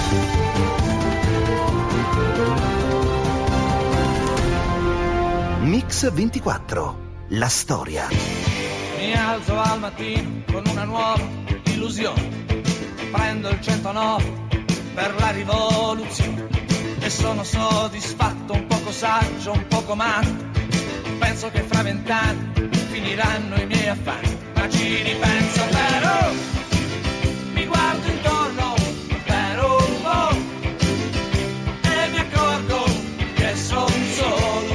Mix 24, la storia. Mi alzo al mattino con una nuova illusione. Prendo il 109 per la rivoluzione. E sono soddisfatto, un poco saggio, un poco matto. Penso che fra 20 anni finiranno i miei affari. Ma ci ripenso però, mi guardo intorno per un po' e mi accorgo che sono solo.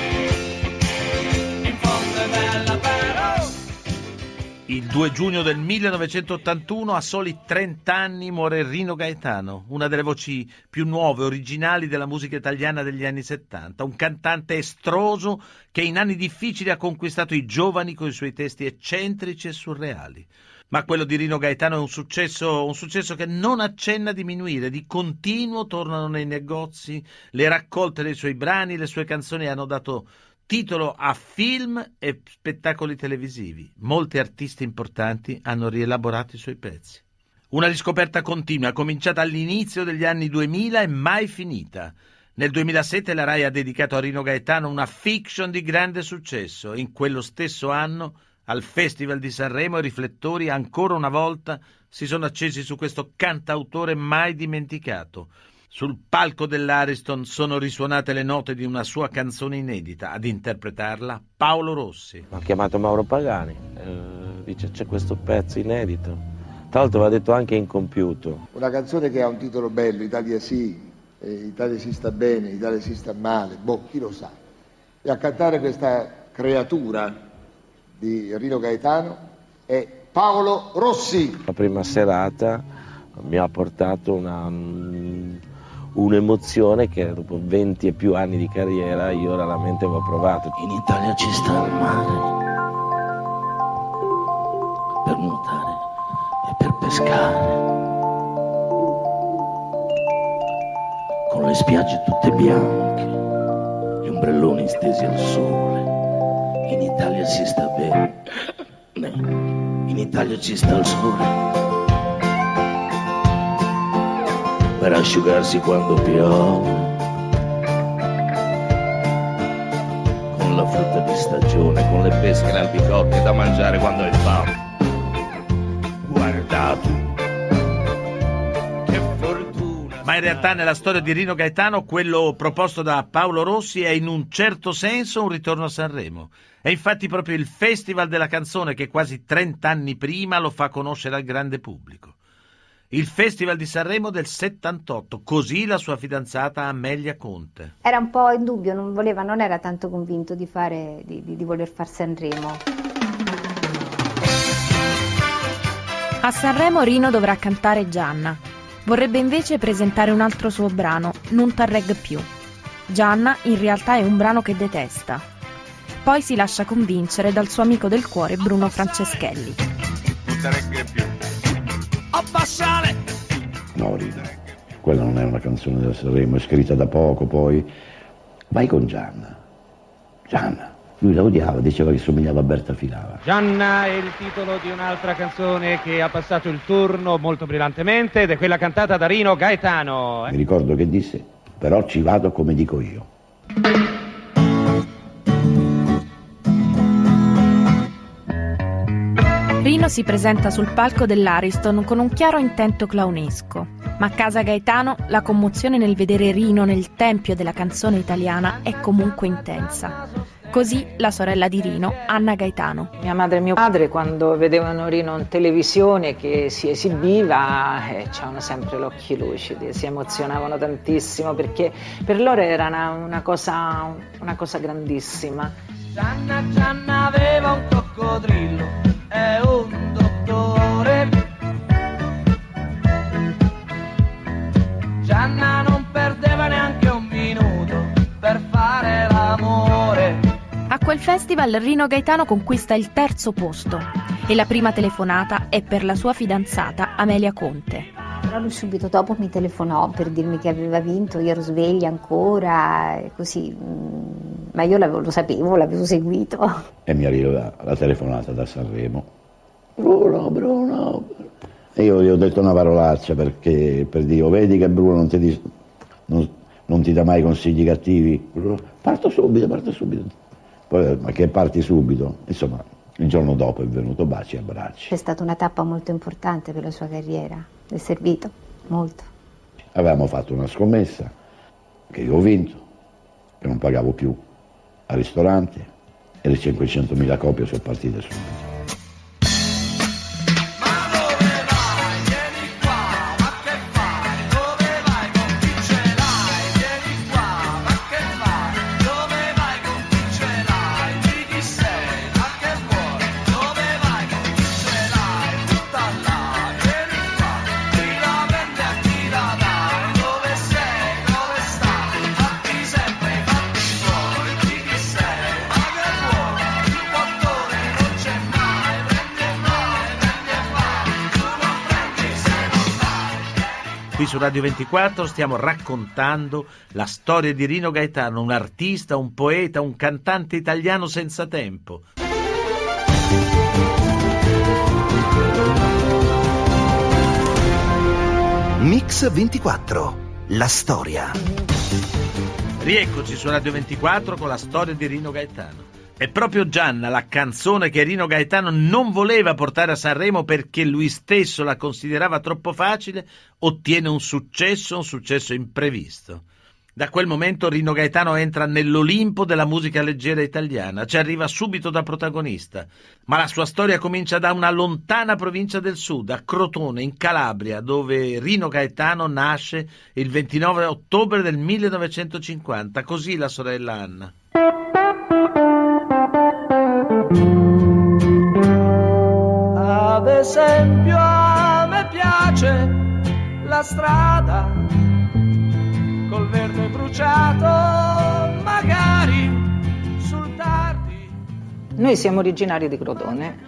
In fondo è bella però. Il 2 giugno del 1981, a soli 30 anni, muore Rino Gaetano, una delle voci più nuove e originali della musica italiana degli anni 70, un cantante estroso che in anni difficili ha conquistato i giovani con i suoi testi eccentrici e surreali. Ma quello di Rino Gaetano è un successo che non accenna a diminuire, di continuo tornano nei negozi le raccolte dei suoi brani, le sue canzoni hanno dato titolo a film e spettacoli televisivi. Molti artisti importanti hanno rielaborato i suoi pezzi. Una riscoperta continua, cominciata all'inizio degli anni 2000 e mai finita. Nel 2007 la Rai ha dedicato a Rino Gaetano una fiction di grande successo e in quello stesso anno, al Festival di Sanremo, i riflettori ancora una volta si sono accesi su questo cantautore mai dimenticato. Sul palco dell'Ariston sono risuonate le note di una sua canzone inedita, ad interpretarla Paolo Rossi. Mi ha chiamato Mauro Pagani, dice c'è questo pezzo inedito, tra l'altro va detto anche incompiuto. Una canzone che ha un titolo bello, Italia sì, Italia si sta bene, Italia si sta male, chi lo sa. E a cantare questa creatura di Rino Gaetano è Paolo Rossi. La prima serata mi ha portato un'emozione che dopo 20 e più anni di carriera io raramente avevo provato. In Italia ci sta il mare per nuotare e per pescare, con le spiagge tutte bianche, gli ombrelloni stesi al sole. In Italia si sta bene, in Italia ci sta il sole per asciugarsi quando piove, con la frutta di stagione, con le pesche e albicocche da mangiare quando hai fame. Guardate, che fortuna! Ma in realtà nella storia di Rino Gaetano quello proposto da Paolo Rossi è in un certo senso un ritorno a Sanremo. È infatti proprio il Festival della canzone che quasi 30 anni prima lo fa conoscere al grande pubblico. Il Festival di Sanremo del 78, così la sua fidanzata Amelia Conte. Era un po' in dubbio, non era tanto convinto di voler far Sanremo. A Sanremo Rino dovrà cantare Gianna. Vorrebbe invece presentare un altro suo brano, Non t'arregg più. Gianna in realtà è un brano che detesta. Poi si lascia convincere dal suo amico del cuore Bruno Franceschelli. Non t'arregg più. No, Rino, quella non è una canzone del Sanremo, è scritta da poco, poi vai con Gianna. Lui la odiava, diceva che somigliava a Berta Filava. Gianna è il titolo di un'altra canzone che ha passato il turno molto brillantemente ed è quella cantata da Rino Gaetano. Mi ricordo che disse, però ci vado come dico io. Rino si presenta sul palco dell'Ariston con un chiaro intento clownesco, ma a casa Gaetano la commozione nel vedere Rino nel tempio della canzone italiana è comunque intensa. Così la sorella di Rino, Anna Gaetano. Mia madre e mio padre, quando vedevano Rino in televisione che si esibiva, c'erano sempre gli occhi lucidi, si emozionavano tantissimo perché per loro era una cosa grandissima. Gianna aveva un coccodrillo e un dottore. Gianna non perdeva neanche un minuto per fare l'amore. A quel festival Rino Gaetano conquista il 3° posto e la prima telefonata è per la sua fidanzata Amelia Conte. Però lui subito dopo mi telefonò per dirmi che aveva vinto, io ero sveglia ancora, così, ma io lo sapevo, l'avevo seguito. E mi arriva la telefonata da Sanremo. Bruno, E io gli ho detto una parolaccia per dire, vedi che Bruno non ti dà mai consigli cattivi. Parto subito. Poi, ma che parti subito? Insomma, il giorno dopo è venuto baci e abbracci. È stata una tappa molto importante per la sua carriera, le è servito molto. Avevamo fatto una scommessa che io ho vinto, che non pagavo più al ristorante, e le 500.000 copie sono partite subito. Qui su Radio 24 stiamo raccontando la storia di Rino Gaetano, un artista, un poeta, un cantante italiano senza tempo. Mix 24, la storia. Rieccoci su Radio 24 con la storia di Rino Gaetano. È proprio Gianna la canzone che Rino Gaetano non voleva portare a Sanremo perché lui stesso la considerava troppo facile, ottiene un successo imprevisto. Da quel momento Rino Gaetano entra nell'Olimpo della musica leggera italiana, ci arriva subito da protagonista, ma la sua storia comincia da una lontana provincia del sud, a Crotone, in Calabria, dove Rino Gaetano nasce il 29 ottobre del 1950, così la sorella Anna. Ad esempio a me piace la strada col verde bruciato, magari sul tardi. Noi siamo originari di Crotone.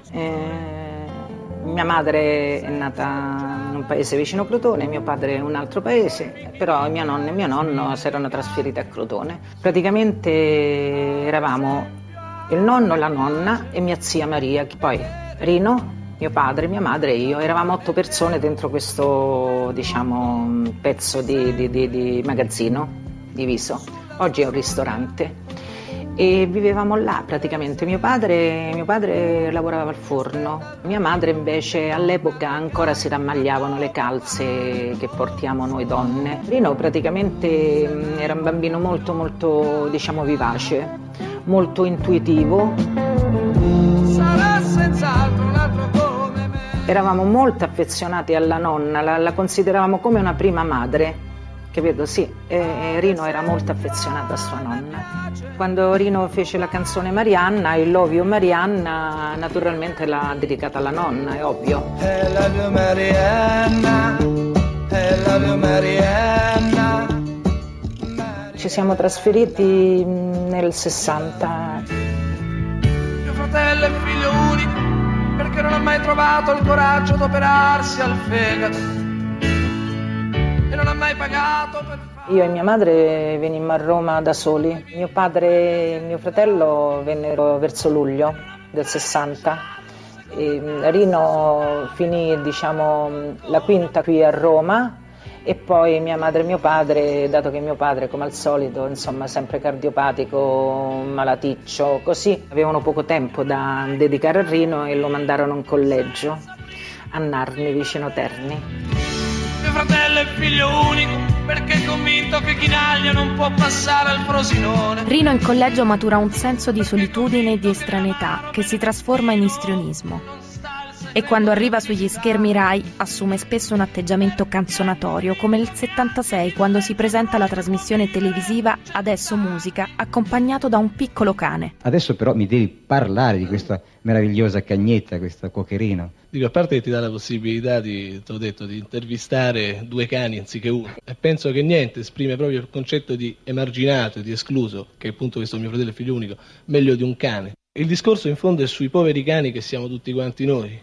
Mia madre è nata in un paese vicino Crotone, mio padre in un altro paese, però mia nonna e mio nonno si erano trasferiti a Crotone. Praticamente eravamo il nonno, la nonna e mia zia Maria, poi Rino, mio padre, mia madre e io. Eravamo 8 persone dentro questo, diciamo, pezzo di magazzino diviso. Oggi è un ristorante. E vivevamo là praticamente. Mio padre lavorava al forno, mia madre invece all'epoca ancora si rammagliavano le calze che portiamo noi donne. Rino praticamente era un bambino molto diciamo vivace, molto intuitivo. Sarà senz'altro un altro come me. Eravamo molto affezionati alla nonna, la consideravamo come una prima madre. Capito? Sì, Rino era molto affezionato a sua nonna. Quando Rino fece la canzone Marianna, I Love You Marianna, naturalmente l'ha dedicata alla nonna, è ovvio. I love you Marianna, I love you Marianna. Ci siamo trasferiti nel 60. Mio fratello è figlio unico, perché non ha mai trovato il coraggio di operarsi al fegato. E non ha mai pagato per fare. Io e mia madre venimmo a Roma da soli. Mio padre e mio fratello vennero verso luglio del 60. E Rino finì, diciamo, la quinta qui a Roma e poi mia madre e mio padre, dato che mio padre come al solito, insomma, sempre cardiopatico, malaticcio, così, avevano poco tempo da dedicare a Rino e lo mandarono in collegio a Narni, vicino Terni. Mio fratello è figlio unico, perché è convinto che Chinaglia non può passare al Frosinone. Rino in collegio matura un senso di solitudine e di estraneità che si trasforma in istrionismo. E quando arriva sugli schermi Rai assume spesso un atteggiamento canzonatorio, come nel 76 quando si presenta alla trasmissione televisiva Adesso Musica, accompagnato da un piccolo cane. Adesso però mi devi parlare di questa meravigliosa cagnetta, questa Cocherino. Dico, a parte che ti dà la possibilità di intervistare 2 cani anziché uno, e penso che niente esprime proprio il concetto di emarginato e di escluso, che è appunto questo mio fratello è figlio unico, meglio di un cane. Il discorso in fondo è sui poveri cani che siamo tutti quanti noi,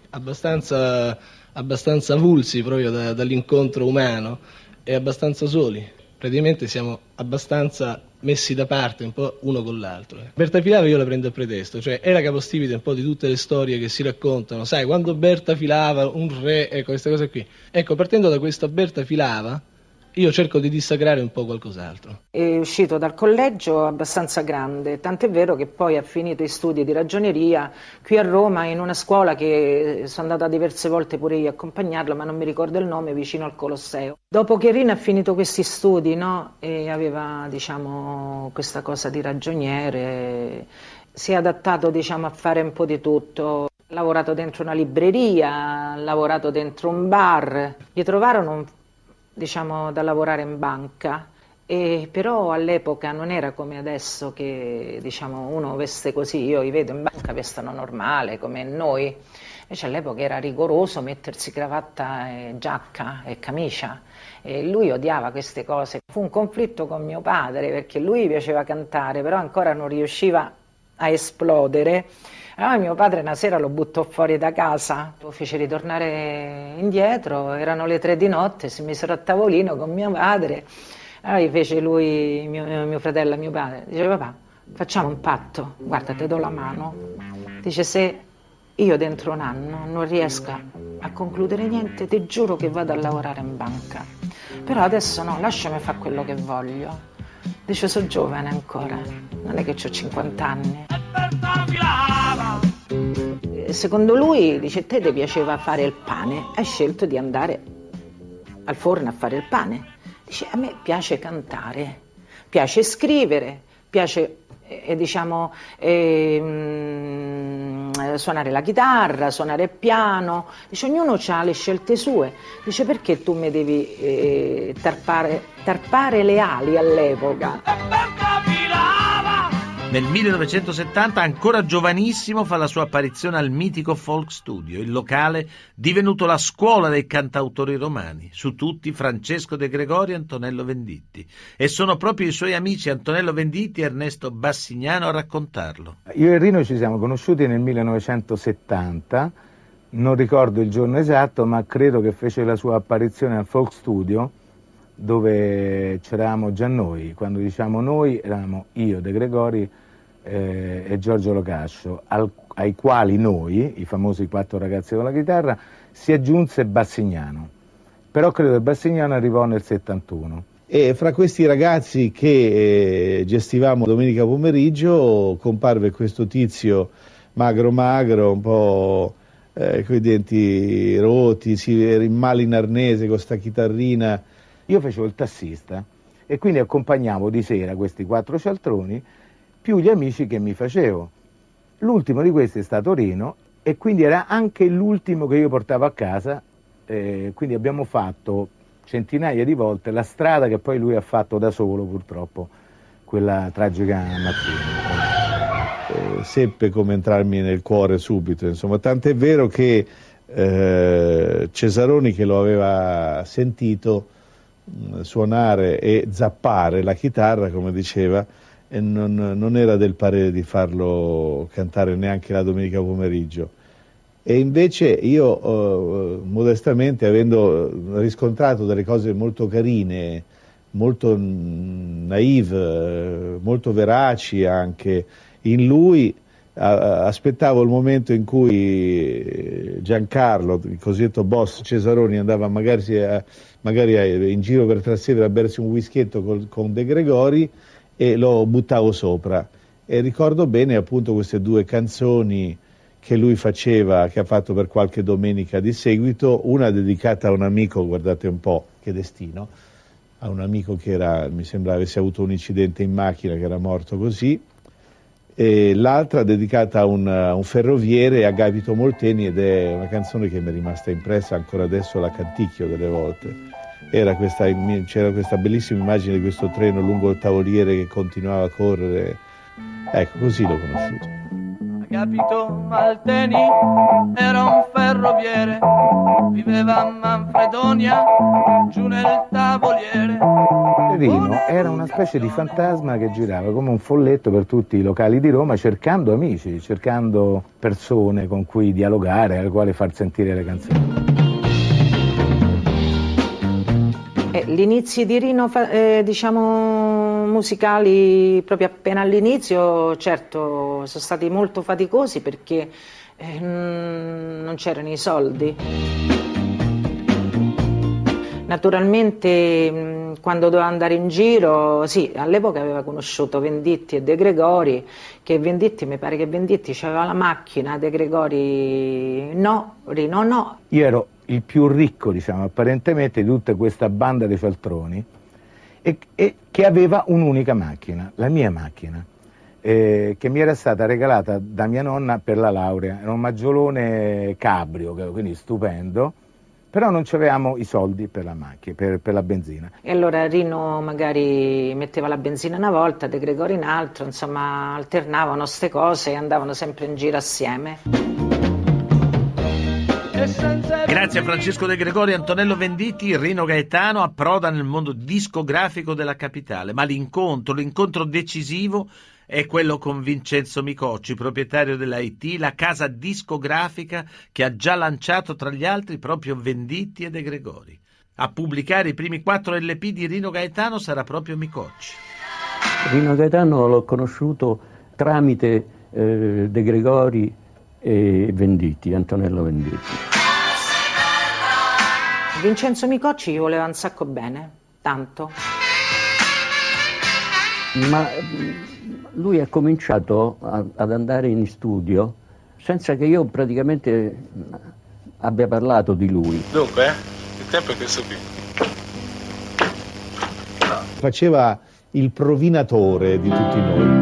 abbastanza avulsi proprio dall'incontro umano e abbastanza soli. praticamente siamo abbastanza messi da parte un po' uno con l'altro. Berta filava io la prendo a pretesto, cioè è la capostipite un po' di tutte le storie che si raccontano, sai, quando Berta filava un re, ecco, queste cose qui. Ecco, partendo da questa Berta filava, io cerco di dissacrare un po' qualcos'altro. È uscito dal collegio abbastanza grande, tant'è vero che poi ha finito i studi di ragioneria qui a Roma in una scuola che sono andata diverse volte pure io a accompagnarlo, ma non mi ricordo il nome, vicino al Colosseo. Dopo che Rino ha finito questi studi, no, e aveva, diciamo, questa cosa di ragioniere, si è adattato, diciamo, a fare un po' di tutto. Ha lavorato dentro una libreria, ha lavorato dentro un bar, gli trovarono diciamo da lavorare in banca, e però all'epoca non era come adesso che diciamo uno veste così, io li vedo in banca vestano normale come noi, invece all'epoca era rigoroso mettersi cravatta e giacca e camicia, e lui odiava queste cose. Fu un conflitto con mio padre perché lui piaceva cantare però ancora non riusciva a esplodere. Allora mio padre una sera lo buttò fuori da casa, lo fece ritornare indietro, erano le 3 di notte, si misero a tavolino con mio padre, allora gli fece lui, mio fratello e mio padre, dice papà facciamo un patto, guarda te do la mano, dice se io dentro un anno non riesco a concludere niente ti giuro che vado a lavorare in banca, però adesso no, lasciami fare quello che voglio, dice sono giovane ancora, non è che ho 50 anni. Secondo lui, dice, te ti piaceva fare il pane, hai scelto di andare al forno a fare il pane. Dice, a me piace cantare, piace scrivere, piace diciamo, suonare la chitarra, suonare il piano. Dice, ognuno ha le scelte sue. Dice, perché tu mi devi tarpare le ali all'epoca? Nel 1970, ancora giovanissimo, fa la sua apparizione al mitico Folk Studio, il locale divenuto la scuola dei cantautori romani, su tutti Francesco De Gregori e Antonello Venditti. E sono proprio i suoi amici Antonello Venditti e Ernesto Bassignano a raccontarlo. Io e Rino ci siamo conosciuti nel 1970, non ricordo il giorno esatto, ma credo che fece la sua apparizione al Folk Studio, dove c'eravamo già noi. Quando diciamo noi, eravamo io, De Gregori e Giorgio Locascio, ai quali noi, i famosi 4 ragazzi con la chitarra, si aggiunse Bassignano. Però credo che Bassignano arrivò nel 71. E fra questi ragazzi che gestivamo domenica pomeriggio comparve questo tizio magro, un po' coi denti rotti, era in male in arnese con sta chitarrina. Io facevo il tassista e quindi accompagnavo di sera questi 4 cialtroni più gli amici che mi facevo. L'ultimo di questi è stato Rino e quindi era anche l'ultimo che io portavo a casa, quindi abbiamo fatto centinaia di volte la strada che poi lui ha fatto da solo purtroppo, quella tragica mattina. Seppe come entrarmi nel cuore subito, insomma, tant'è vero che Cesaroni, che lo aveva sentito suonare e zappare la chitarra, come diceva, e non era del parere di farlo cantare neanche la domenica pomeriggio. E invece io modestamente, avendo riscontrato delle cose molto carine, molto naive, molto veraci anche in lui, aspettavo il momento in cui Giancarlo, il cosiddetto boss Cesaroni, andava magari in giro per Trastevere a bersi un whiskyetto con De Gregori e lo buttavo sopra. E ricordo bene appunto queste 2 canzoni che lui faceva, che ha fatto per qualche domenica di seguito, una dedicata a un amico, guardate un po' che destino, a un amico che mi sembra avesse avuto un incidente in macchina, che era morto così, e l'altra dedicata a un ferroviere, Agapito Molteni, ed è una canzone che mi è rimasta impressa, ancora adesso la canticchio delle volte. C'era questa bellissima immagine di questo treno lungo il tavoliere che continuava a correre, ecco, così l'ho conosciuto. Agapito Molteni era un ferroviere, viveva a Manfredonia, giù nel tavoliere. Rino era una specie di fantasma che girava come un folletto per tutti i locali di Roma, cercando amici, cercando persone con cui dialogare, alle quali far sentire le canzoni. Gli inizi di Rino, diciamo, musicali, proprio appena all'inizio, certo, sono stati molto faticosi perché non c'erano i soldi. Naturalmente quando doveva andare in giro, sì, all'epoca aveva conosciuto Venditti e De Gregori, che Venditti, mi pare che Venditti aveva la macchina, De Gregori no, Rino no. Io ero il più ricco, diciamo, apparentemente di tutta questa banda di cialtroni e che aveva un'unica macchina, la mia macchina, che mi era stata regalata da mia nonna per la laurea. Era un Maggiolone cabrio, quindi stupendo. Però non avevamo i soldi per la macchina, per la benzina. E allora Rino magari metteva la benzina una volta, De Gregori in altro, insomma alternavano ste cose e andavano sempre in giro assieme. Grazie a Francesco De Gregori e Antonello Venditti, Rino Gaetano approda nel mondo discografico della capitale, ma l'incontro decisivo è quello con Vincenzo Micocci, proprietario della IT, la casa discografica che ha già lanciato tra gli altri proprio Venditti e De Gregori. A pubblicare i primi 4 LP di Rino Gaetano sarà proprio Micocci. Rino Gaetano l'ho conosciuto tramite De Gregori e Venditti, Antonello Venditti. Vincenzo Micocci gli voleva un sacco bene, tanto. Ma lui ha cominciato ad andare in studio senza che io praticamente abbia parlato di lui. Dunque, il tempo è questo qui. Faceva il provinatore di tutti noi.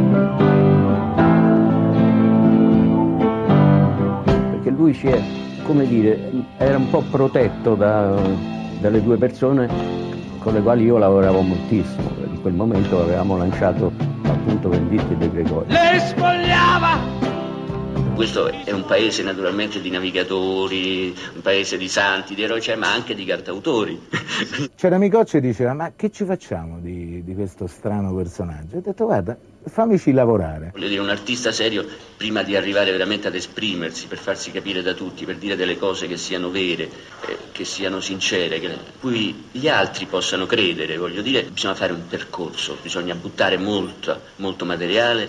Perché lui si è, come dire, era un po' protetto dalle due persone con le quali io lavoravo moltissimo. In quel momento avevamo lanciato appunto Venditti e De Gregori. Le spogliava! Questo è un paese naturalmente di navigatori, un paese di santi, di eroi, ma anche di cantautori. C'era Micocci e diceva: ma che ci facciamo di questo strano personaggio? Ho detto: guarda, fammici lavorare. Voglio dire, un artista serio, prima di arrivare veramente ad esprimersi, per farsi capire da tutti, per dire delle cose che siano vere, che siano sincere, cui gli altri possano credere, voglio dire, bisogna fare un percorso, bisogna buttare molto materiale.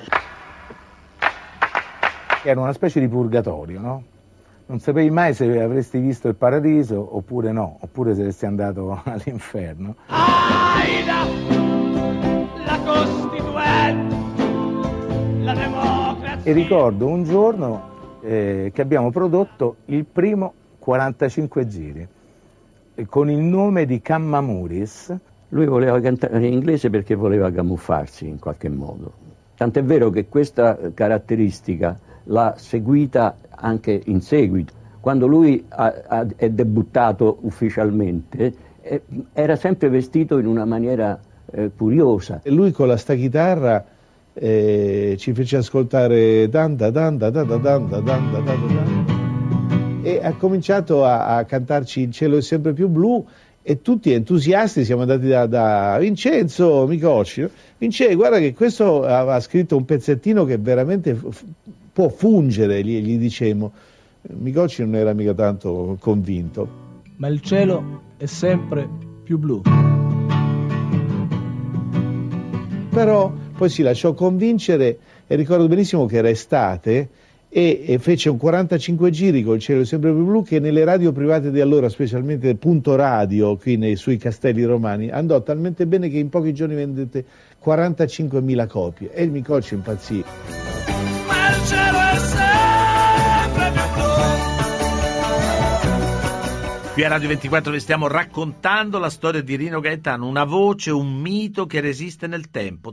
Era una specie di purgatorio, no? Non sapevi mai se avresti visto il paradiso oppure no, oppure se saresti andato all'inferno. Aida, la Costituente, la democrazia. E ricordo un giorno che abbiamo prodotto il primo 45 giri con il nome di Cammamuris. Lui voleva cantare in inglese perché voleva camuffarsi in qualche modo. Tant'è vero che questa caratteristica l'ha seguita anche in seguito. Quando lui è debuttato ufficialmente, era sempre vestito in una maniera curiosa. E lui con la sta chitarra ci fece ascoltare danda danda danda danda danda danda e ha cominciato a cantarci Il cielo è sempre più blu e tutti entusiasti siamo andati da Vincenzo Micocci. Vincenzo, guarda che questo aveva scritto un pezzettino che veramente può fungere, gli dicemmo. Micocci non era mica tanto convinto. Ma il cielo è sempre più blu. Però poi si lasciò convincere e ricordo benissimo che era estate e fece un 45 giri col cielo sempre più blu che nelle radio private di allora, specialmente Punto Radio qui sui Castelli Romani, andò talmente bene che in pochi giorni vendette 45.000 copie e il Micocci impazzì. Ma il cielo è sempre più blu. Qui a Radio 24 vi stiamo raccontando la storia di Rino Gaetano, una voce, un mito che resiste nel tempo.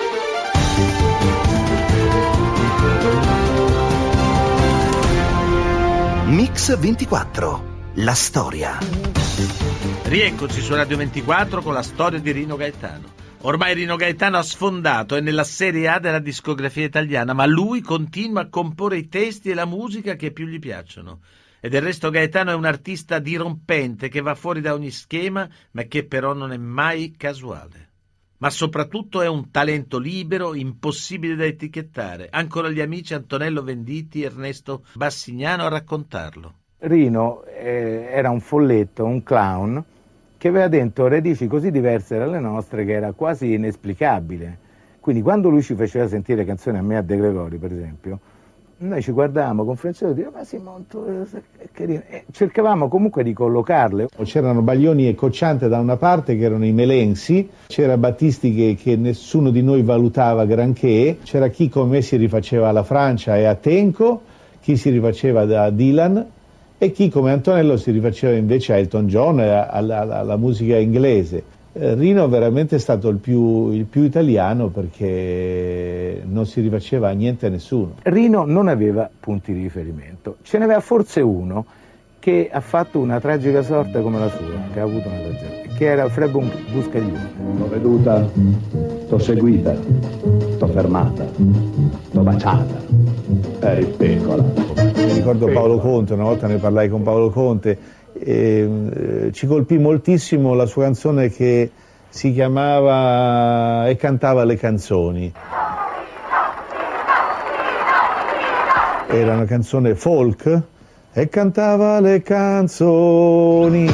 Mix 24, la storia. Rieccoci su Radio 24 con la storia di Rino Gaetano. Ormai Rino Gaetano ha sfondato, è nella Serie A della discografia italiana, ma lui continua a comporre i testi e la musica che più gli piacciono. E del resto Gaetano è un artista dirompente che va fuori da ogni schema, ma che però non è mai casuale. Ma soprattutto è un talento libero, impossibile da etichettare. Ancora gli amici Antonello Venditti e Ernesto Bassignano a raccontarlo. Rino era un folletto, un clown, che aveva dentro radici così diverse dalle nostre che era quasi inesplicabile. Quindi quando lui ci faceva sentire canzoni a me, a De Gregori per esempio, noi ci guardavamo con Francesco e dicevamo, ma sì, molto carino. E cercavamo comunque di collocarle. C'erano Baglioni e Cocciante da una parte, che erano i Melensi, c'era Battisti che nessuno di noi valutava granché, c'era chi come me si rifaceva alla Francia e a Tenco, chi si rifaceva da Dylan e chi come Antonello si rifaceva invece a Elton John e alla musica inglese. Rino veramente è stato il più italiano perché non si rifaceva a niente a nessuno. Rino non aveva punti di riferimento, ce n'aveva forse uno che ha fatto una tragica sorte come la sua, che ha avuto una tragedia, che era Freddo Buscaglione. T'ho veduta, t'ho seguita, t'ho fermata, t'ho baciata, eri piccola. Mi ricordo Paolo Conte, una volta ne parlai con Paolo Conte. Ci colpì moltissimo la sua canzone che si chiamava E cantava le canzoni. Era una canzone folk e cantava le canzoni.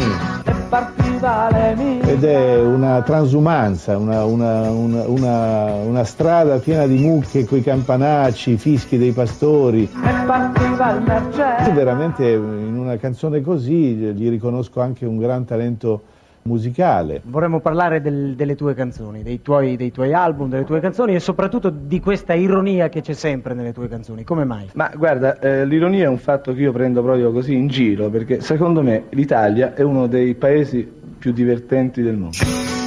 Ed è una transumanza, una strada piena di mucche coi campanacci, i fischi dei pastori. E partiva il merciere. Veramente in una canzone così gli riconosco anche un gran talento musicale. Vorremmo parlare delle tue canzoni, dei tuoi album, delle tue canzoni e soprattutto di questa ironia che c'è sempre nelle tue canzoni. Come mai? Ma guarda, l'ironia è un fatto che io prendo proprio così in giro, perché secondo me l'Italia è uno dei paesi più divertenti del mondo.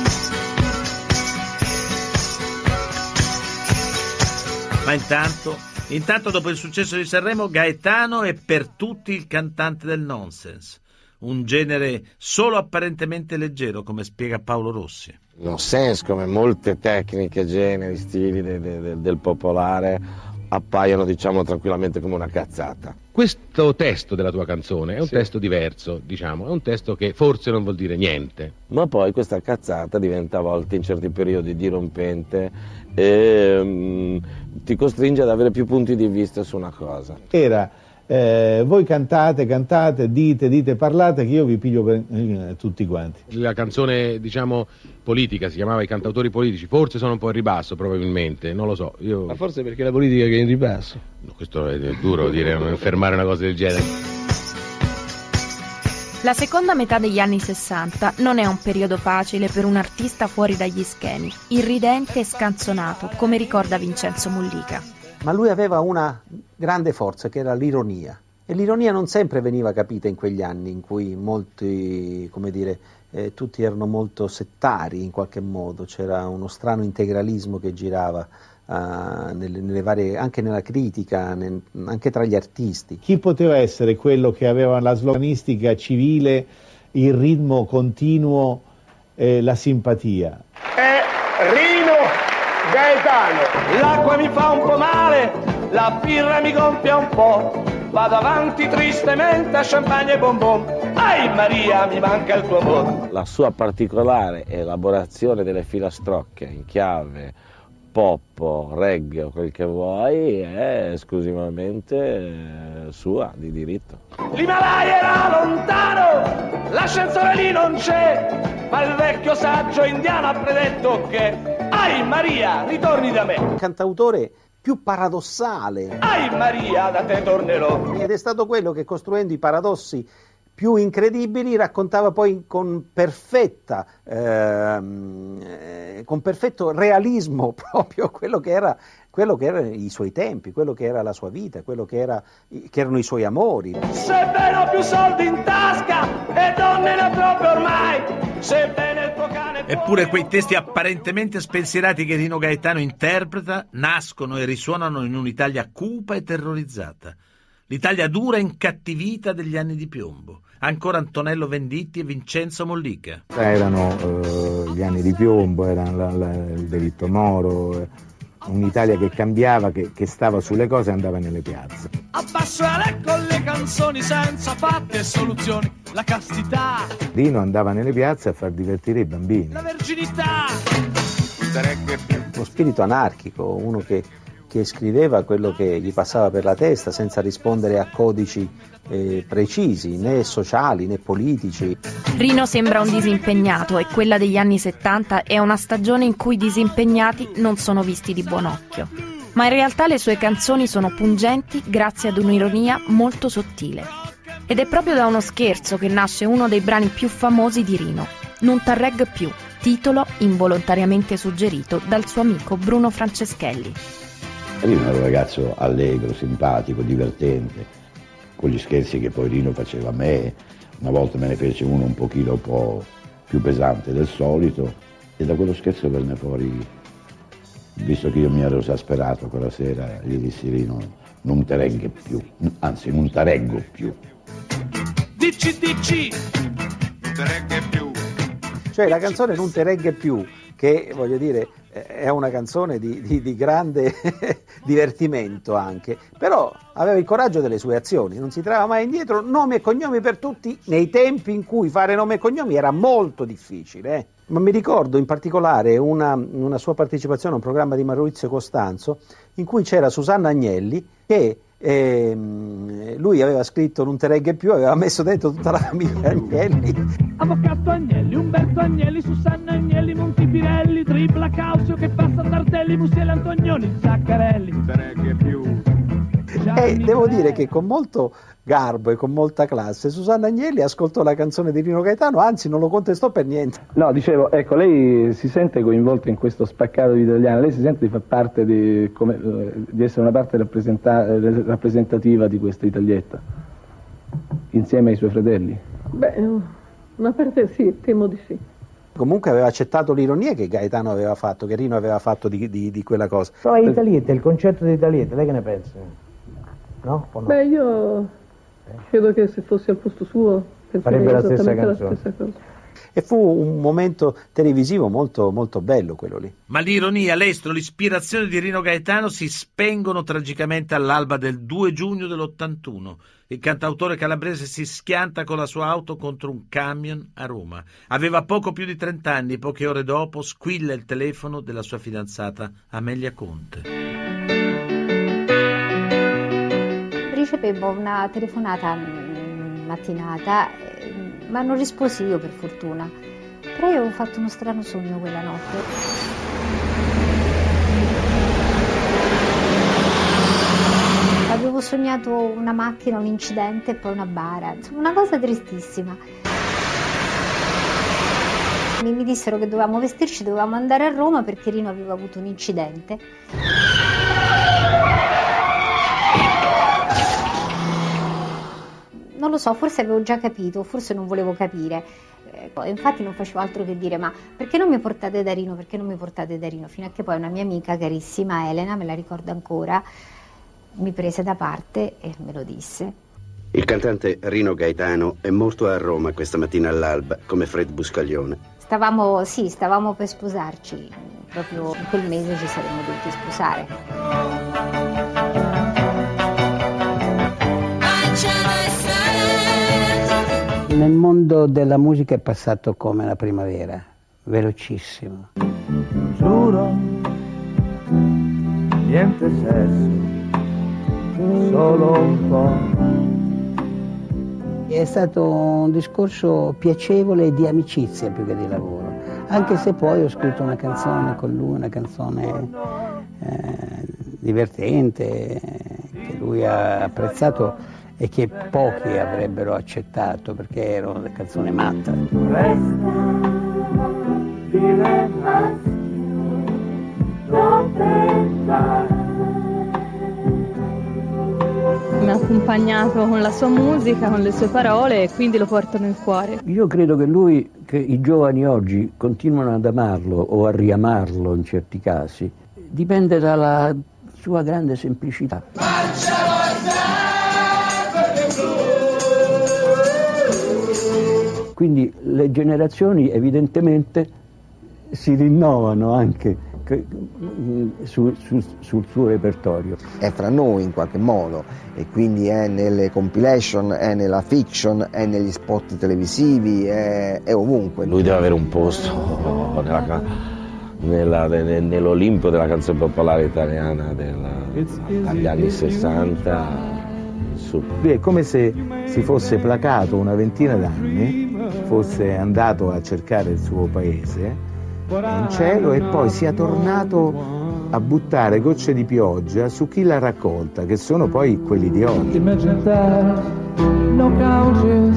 Ma intanto dopo il successo di Sanremo, Gaetano è per tutti il cantante del nonsense. Un genere solo apparentemente leggero, come spiega Paolo Rossi. Nonsense, come molte tecniche, generi, stili del popolare, appaiono, diciamo, tranquillamente come una cazzata. Questo testo della tua canzone è un testo diverso, diciamo, è un testo che forse non vuol dire niente. Ma poi questa cazzata diventa a volte in certi periodi dirompente e ti costringe ad avere più punti di vista su una cosa. Era voi cantate, dite, parlate, che io vi piglio per tutti quanti. La canzone, diciamo, politica si chiamava I cantautori politici, forse sono un po' in ribasso probabilmente, non lo so. Ma forse perché la politica che è in ribasso. No, questo è duro dire, non fermare una cosa del genere. La seconda metà degli anni 60 non è un periodo facile per un artista fuori dagli schemi, irridente e scanzonato, come ricorda Vincenzo Mollica. Ma lui aveva una grande forza che era l'ironia, e l'ironia non sempre veniva capita in quegli anni in cui molti, come dire, tutti erano molto settari in qualche modo, c'era uno strano integralismo che girava nelle varie, anche nella critica, anche tra gli artisti. Chi poteva essere quello che aveva la sloganistica civile, il ritmo continuo, la simpatia? Rino Gaetano. L'acqua mi fa un po' male, la birra mi gonfia un po', vado avanti tristemente a champagne e bonbon. Ai Maria, mi manca il tuo amore. La sua particolare elaborazione delle filastrocche in chiave pop, reggae o quel che vuoi è esclusivamente sua, di diritto. L'Himalaya era lontano, l'ascensore lì non c'è, ma il vecchio saggio indiano ha predetto che ai Maria, ritorni da me. Un cantautore più paradossale. Ai Maria, da te tornerò. Ed è stato quello che, costruendo i paradossi più incredibili, raccontava poi con perfetto realismo proprio quello che erano i suoi tempi, quello che era la sua vita, che erano i suoi amori. Sebbene ho più soldi in tasca e donne ne ho troppe ormai, sebbene il tuo cane... Eppure quei testi apparentemente spensierati che Rino Gaetano interpreta nascono e risuonano in un'Italia cupa e terrorizzata. L'Italia dura e incattivita degli anni di piombo. Ancora Antonello Venditti e Vincenzo Mollica. Erano gli anni di piombo, era il delitto Moro, un'Italia che cambiava, che stava sulle cose e andava nelle piazze. Abbasso e lecco le canzoni senza fatti e soluzioni, la castità. Rino andava nelle piazze a far divertire i bambini. La verginità. Uno spirito anarchico, uno che che scriveva quello che gli passava per la testa senza rispondere a codici precisi, né sociali né politici. Rino sembra un disimpegnato e quella degli anni 70 è una stagione in cui i disimpegnati non sono visti di buon occhio. Ma in realtà le sue canzoni sono pungenti grazie ad un'ironia molto sottile. Ed è proprio da uno scherzo che nasce uno dei brani più famosi di Rino, Non t'arregg più, titolo involontariamente suggerito dal suo amico Bruno Franceschelli. Rino era un ragazzo allegro, simpatico, divertente, con gli scherzi che poi Rino faceva a me. Una volta me ne fece uno un po' più pesante del solito e da quello scherzo venne fuori, visto che io mi ero esasperato quella sera, gli dissi: Rino, non te reggo più, anzi non te reggo più. Dici, non te regge più. Cioè la canzone Non te regge più, che voglio dire è una canzone di grande divertimento anche, però aveva il coraggio delle sue azioni, non si tirava mai indietro, nomi e cognomi per tutti, nei tempi in cui fare nomi e cognomi era molto difficile. Ma mi ricordo in particolare una sua partecipazione a un programma di Maurizio Costanzo in cui c'era Susanna Agnelli che lui aveva scritto Non te regge più, aveva messo dentro tutta la famiglia Agnelli. Avvocato Agnelli, Umberto Agnelli, Susanna Agnelli, Montipirelli, Tripla Causio che passa Tardelli, Musiele Antonioni, Zaccarelli. Non te regge più. E devo dire che con molto garbo e con molta classe Susanna Agnelli ascoltò la canzone di Rino Gaetano, anzi non lo contestò per niente. No, dicevo, ecco, lei si sente coinvolta in questo spaccato italiano, lei si sente di far parte di essere una parte rappresentativa di questa Italietta, insieme ai suoi fratelli? Beh, una parte sì, temo di sì. Comunque aveva accettato l'ironia che Gaetano aveva fatto, che Rino aveva fatto di quella cosa. Però Italietta, il concetto di Italietta, lei che ne pensa? No? O no? Beh, io credo che se fossi al posto suo farebbe la stessa cosa. E fu un momento televisivo molto, molto bello quello lì. Ma l'ironia, l'estro, l'ispirazione di Rino Gaetano si spengono tragicamente all'alba del 2 giugno dell'81. Il cantautore calabrese si schianta con la sua auto contro un camion a Roma. Aveva poco più di 30 anni, poche ore dopo squilla il telefono della sua fidanzata Amelia Conte. Ricevevo una telefonata mattinata, ma non risposi io per fortuna. Però io avevo fatto uno strano sogno quella notte. Avevo sognato una macchina, un incidente e poi una bara, insomma una cosa tristissima. Mi dissero che dovevamo vestirci, dovevamo andare a Roma perché Rino aveva avuto un incidente. Non lo so, forse avevo già capito, forse non volevo capire. Infatti non facevo altro che dire: ma perché non mi portate da Rino, perché non mi portate da Rino? Fino a che poi una mia amica carissima, Elena, me la ricordo ancora, mi prese da parte e me lo disse. Il cantante Rino Gaetano è morto a Roma questa mattina all'alba, come Fred Buscaglione. Stavamo per sposarci, proprio in quel mese ci saremmo dovuti sposare. Nel mondo della musica è passato come la primavera, velocissimo. Giuro, niente sesso, solo un po'. È stato un discorso piacevole di amicizia più che di lavoro, anche se poi ho scritto una canzone con lui, una canzone divertente, che lui ha apprezzato e che pochi avrebbero accettato perché era una canzone matta. Mi ha accompagnato con la sua musica, con le sue parole, e quindi lo porto nel cuore. Io credo che i giovani oggi continuano ad amarlo o a riamarlo in certi casi, dipende dalla sua grande semplicità. Quindi le generazioni evidentemente si rinnovano anche sul suo repertorio. È fra noi in qualche modo, e quindi è nelle compilation, è nella fiction, è negli spot televisivi, è ovunque. Lui deve avere un posto nell'Olimpo della canzone popolare italiana, agli anni 60 su. Lui è come se si fosse placato una ventina d'anni, fosse andato a cercare il suo paese in cielo e poi sia tornato a buttare gocce di pioggia su chi l'ha raccolta, che sono poi quelli di oggi. Imagine that, no couches.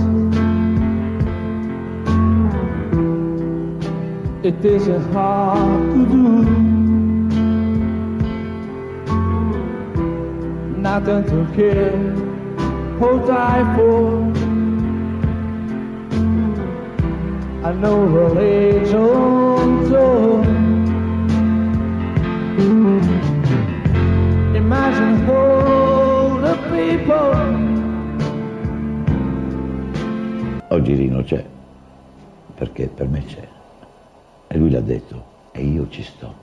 It isn't hard to do. Nothing to kill or die for. I know religion too. Imagine all the people. Oggi Rino c'è, perché per me c'è. E lui l'ha detto, e io ci sto.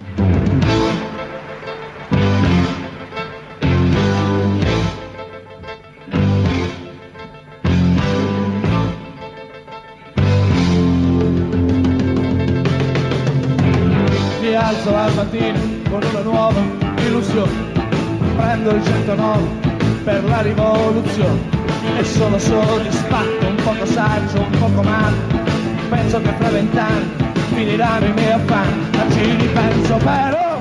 Mi alzo al mattino con una nuova illusione, prendo il 109 per la rivoluzione e sono soddisfatto, un poco saggio, un poco male. Penso che fra 20 anni finiranno i miei affanni, ma ci ripenso però.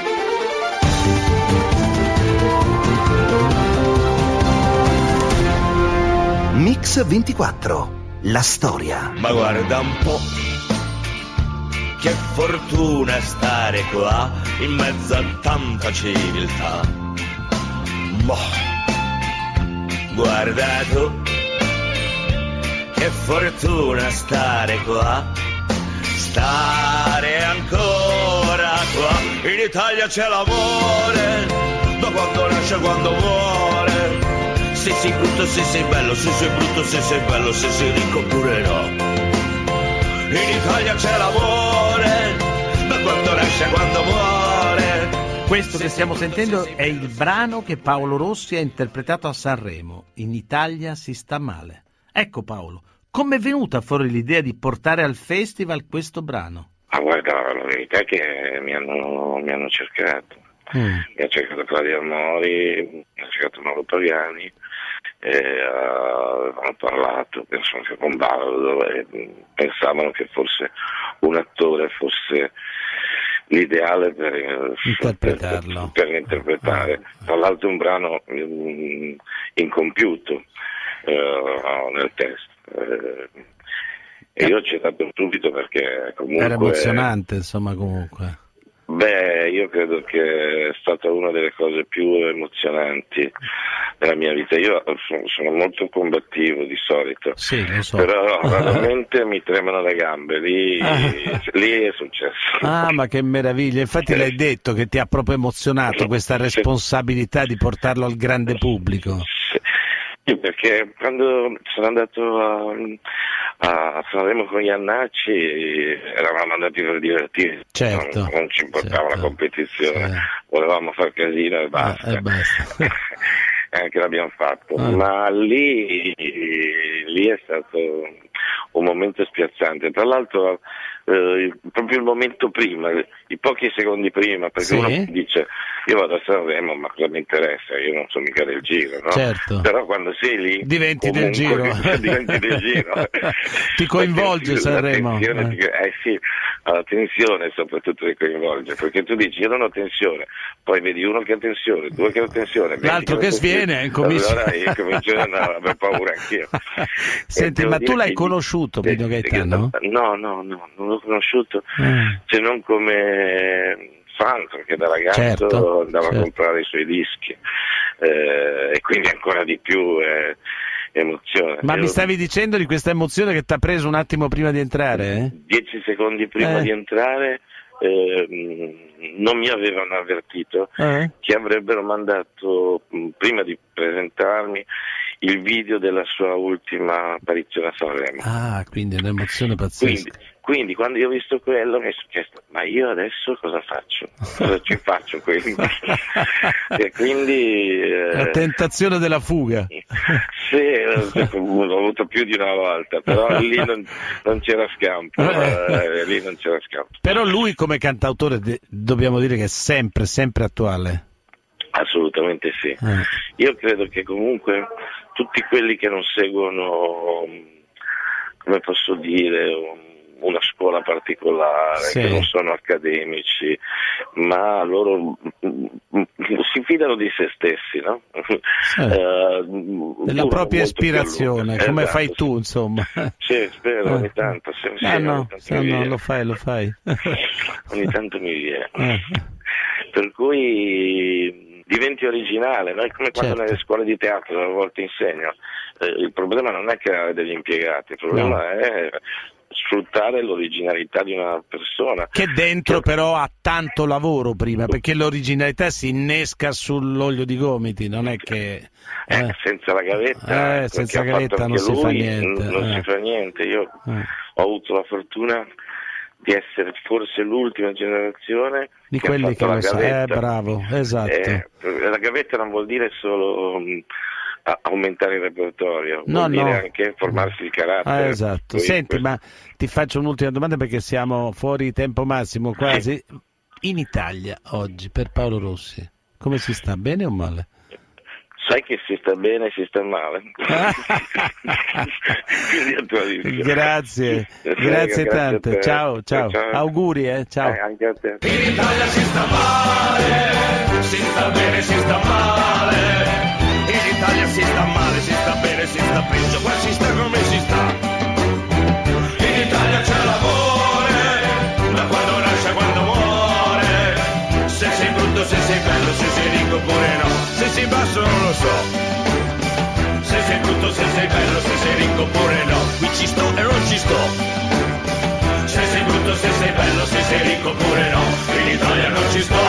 Mix 24, la storia. Ma guarda un po', che fortuna stare qua in mezzo a tanta civiltà. Boh, guarda tu, che fortuna stare qua, stare ancora qua. In Italia c'è l'amore, da quando nasce quando muore. Se sei brutto, se sei bello, se sei brutto, se sei bello, se sei ricco oppure no. In Italia c'è l'amore, da quando nasce quando muore. Questo che stiamo sentendo è il brano che Paolo Rossi ha interpretato a Sanremo. In Italia si sta male. Ecco Paolo, come è venuta fuori l'idea di portare al festival questo brano? Ah, guarda, la verità è che mi hanno cercato. Mi ha cercato Claudio Amori, mi ha cercato Mauro Pagani, hanno parlato, penso anche con Baldo, e pensavano che forse un attore fosse l'ideale per interpretarlo. Per interpretare. Tra l'altro un brano incompiuto nel testo. E io ci ho dato subito perché comunque era emozionante, insomma, comunque. Beh, io credo che è stata una delle cose più emozionanti della mia vita. Io sono molto combattivo di solito, sì, lo so. Però veramente mi tremano le gambe, lì è successo. Ah, ma che meraviglia, infatti l'hai detto che ti ha proprio emozionato questa responsabilità di portarlo al grande pubblico. Sì, perché quando sono andato a Sanremo con Iannacci eravamo andati per divertirci, certo, non ci importava la competizione, volevamo far casino e basta. Anche l'abbiamo fatto, ma lì è stato un momento spiazzante. Tra l'altro proprio il momento prima, i pochi secondi prima, perché uno dice io vado a Sanremo ma cosa mi interessa, io non so mica del giro, no? Certo. Però quando sei lì diventi del giro. Diventi del giro. Ti coinvolge Sanremo. Sì, la tensione soprattutto ti coinvolge, perché tu dici io non ho tensione, poi vedi uno che ha tensione, due che ha tensione, l'altro che sviene, allora io comincio ad aver paura anch'io. Senti, ma tu l'hai conosciuto Rino Gaetano? No, non l'ho conosciuto, se non come fan, perché da ragazzo andavo a comprare i suoi dischi, e quindi ancora di più emozione. Ma mi stavi dicendo di questa emozione che ti ha preso un attimo prima di entrare? 10 secondi prima di entrare non mi avevano avvertito che avrebbero mandato, prima di presentarmi, il video della sua ultima apparizione a Sanremo. Ah, quindi è un'emozione pazzesca. Quindi quando io ho visto quello mi sono chiesto, ma io adesso cosa faccio? Cosa ci faccio? Quindi, e quindi la tentazione della fuga. Sì, l'ho avuto più di una volta, però lì non c'era scampo. Lì non c'era scampo. Però lui come cantautore dobbiamo dire che è sempre attuale. Assolutamente sì. Io credo che comunque tutti quelli che non seguono, come posso dire, una scuola particolare, Sì. che non sono accademici, ma loro si fidano di se stessi, no? Della propria ispirazione, come esatto, fai tu, insomma. Sì, spero ogni tanto. Sì, No, ogni tanto mi no, viene. lo fai. Ogni tanto mi viene. Per cui diventi originale, no? È come quando nelle scuole di teatro a volte insegno. Il problema non è creare degli impiegati, il problema è sfruttare l'originalità di una persona. Che dentro però ha tanto lavoro prima, perché l'originalità si innesca sull'olio di gomiti, non è che... Senza la gavetta, senza perché ha gavetta fatto non anche si fa lui, niente. non si fa niente. Io ho avuto la fortuna di essere forse l'ultima generazione Di che quelli ha che fatto lo la sa, gavetta. bravo, esatto. La gavetta non vuol dire solo aumentare il repertorio, No, vuol dire no. anche formarsi il carattere. Esatto. Poi Senti, ma ti faccio un'ultima domanda perché siamo fuori tempo massimo quasi. In Italia oggi, per Paolo Rossi, come si sta, bene o male? Sai che si sta bene e si sta male. Quindi a tua vita. Grazie tante. a te. Ciao. Auguri, ciao. Anche a te. In Italia si sta male, si sta bene, si sta male. In Italia si sta male, si sta bene, si sta peggio, qua si sta come si sta. In Italia c'è l'amore, da quando nasce a quando muore. Se sei brutto, se sei bello, se sei ricco oppure no. Se sei basso non lo so. Se sei brutto, se sei bello, se sei ricco oppure no. Qui ci sto e non ci sto. Se sei brutto, se sei bello, se sei ricco oppure no. In Italia non ci sto.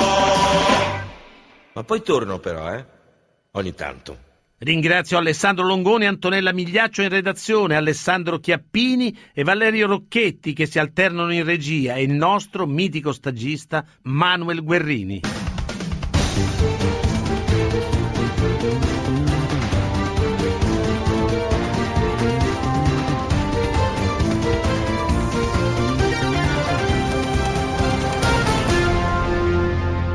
Ma poi torno però, ogni tanto. Ringrazio Alessandro Longoni, Antonella Migliaccio in redazione, Alessandro Chiappini e Valerio Rocchetti che si alternano in regia e il nostro mitico stagista Manuel Guerrini.